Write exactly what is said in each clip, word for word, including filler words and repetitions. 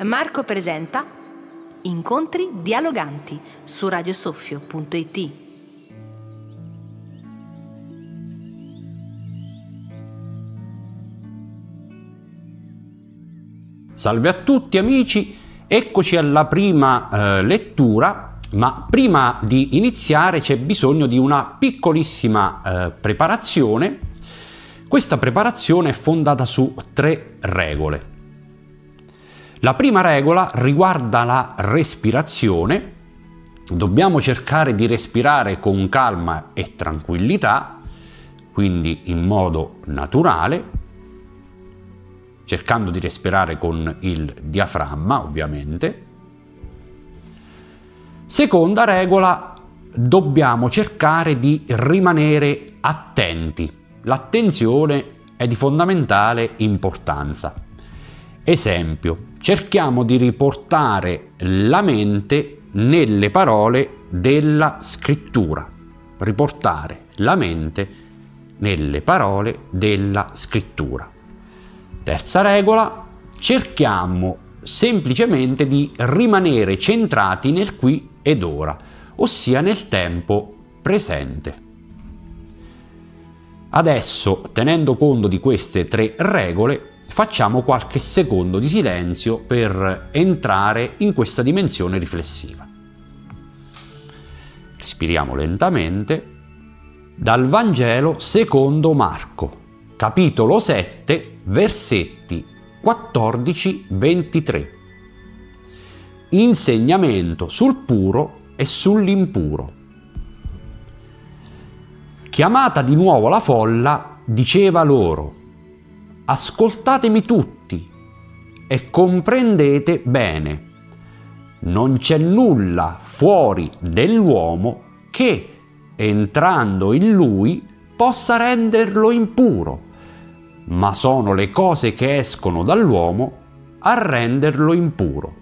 Marco presenta Incontri dialoganti su radiosoffio punto it. Salve a tutti amici, eccoci alla prima eh, lettura, ma prima di iniziare c'è bisogno di una piccolissima eh, preparazione. Questa preparazione è fondata su tre regole. La prima regola riguarda la respirazione. Dobbiamo cercare di respirare con calma e tranquillità, quindi in modo naturale, cercando di respirare con il diaframma, ovviamente. Seconda regola, dobbiamo cercare di rimanere attenti. L'attenzione è di fondamentale importanza. Esempio, cerchiamo di riportare la mente nelle parole della scrittura. Riportare la mente nelle parole della scrittura. Terza regola, cerchiamo semplicemente di rimanere centrati nel qui ed ora, ossia nel tempo presente. Adesso, tenendo conto di queste tre regole, facciamo qualche secondo di silenzio per entrare in questa dimensione riflessiva. Respiriamo lentamente. Dal Vangelo secondo Marco, capitolo sette, versetti quattordici ventitré. Insegnamento sul puro e sull'impuro. Chiamata di nuovo la folla, diceva loro: ascoltatemi tutti e comprendete bene. Non c'è nulla fuori dell'uomo che, entrando in lui, possa renderlo impuro, ma sono le cose che escono dall'uomo a renderlo impuro.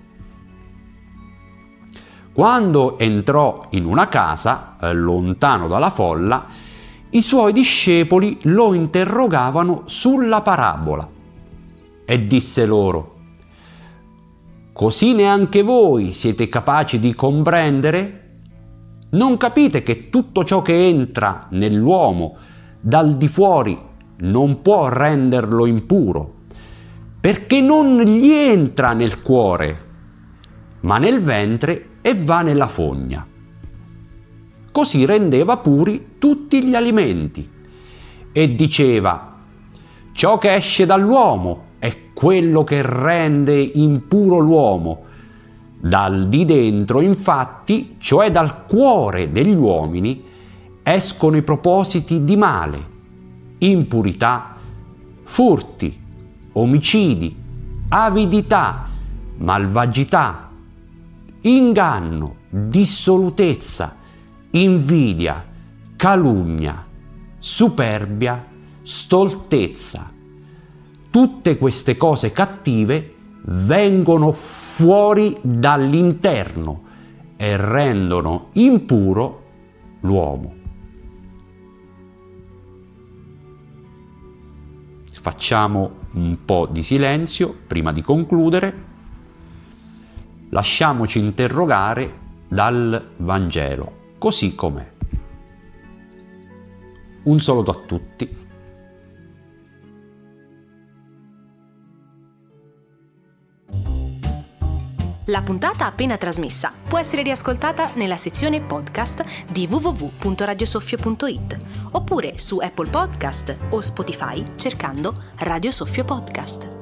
Quando entrò in una casa, eh, lontano dalla folla, i suoi discepoli lo interrogavano sulla parabola e disse loro: così neanche voi siete capaci di comprendere? Non capite che tutto ciò che entra nell'uomo dal di fuori non può renderlo impuro, perché non gli entra nel cuore, ma nel ventre e va nella fogna. Così rendeva puri tutti gli alimenti e diceva: ciò che esce dall'uomo è quello che rende impuro l'uomo. Dal di dentro, infatti, cioè dal cuore degli uomini, escono i propositi di male, impurità, furti, omicidi, avidità, malvagità, inganno, dissolutezza, invidia, calunnia, superbia, stoltezza. Tutte queste cose cattive vengono fuori dall'interno e rendono impuro l'uomo. Facciamo un po' di silenzio prima di concludere. Lasciamoci interrogare dal Vangelo, così com'è. Un saluto a tutti. La puntata appena trasmessa può essere riascoltata nella sezione podcast di w w w punto radiosoffio punto it oppure su Apple Podcast o Spotify cercando Radio Soffio Podcast.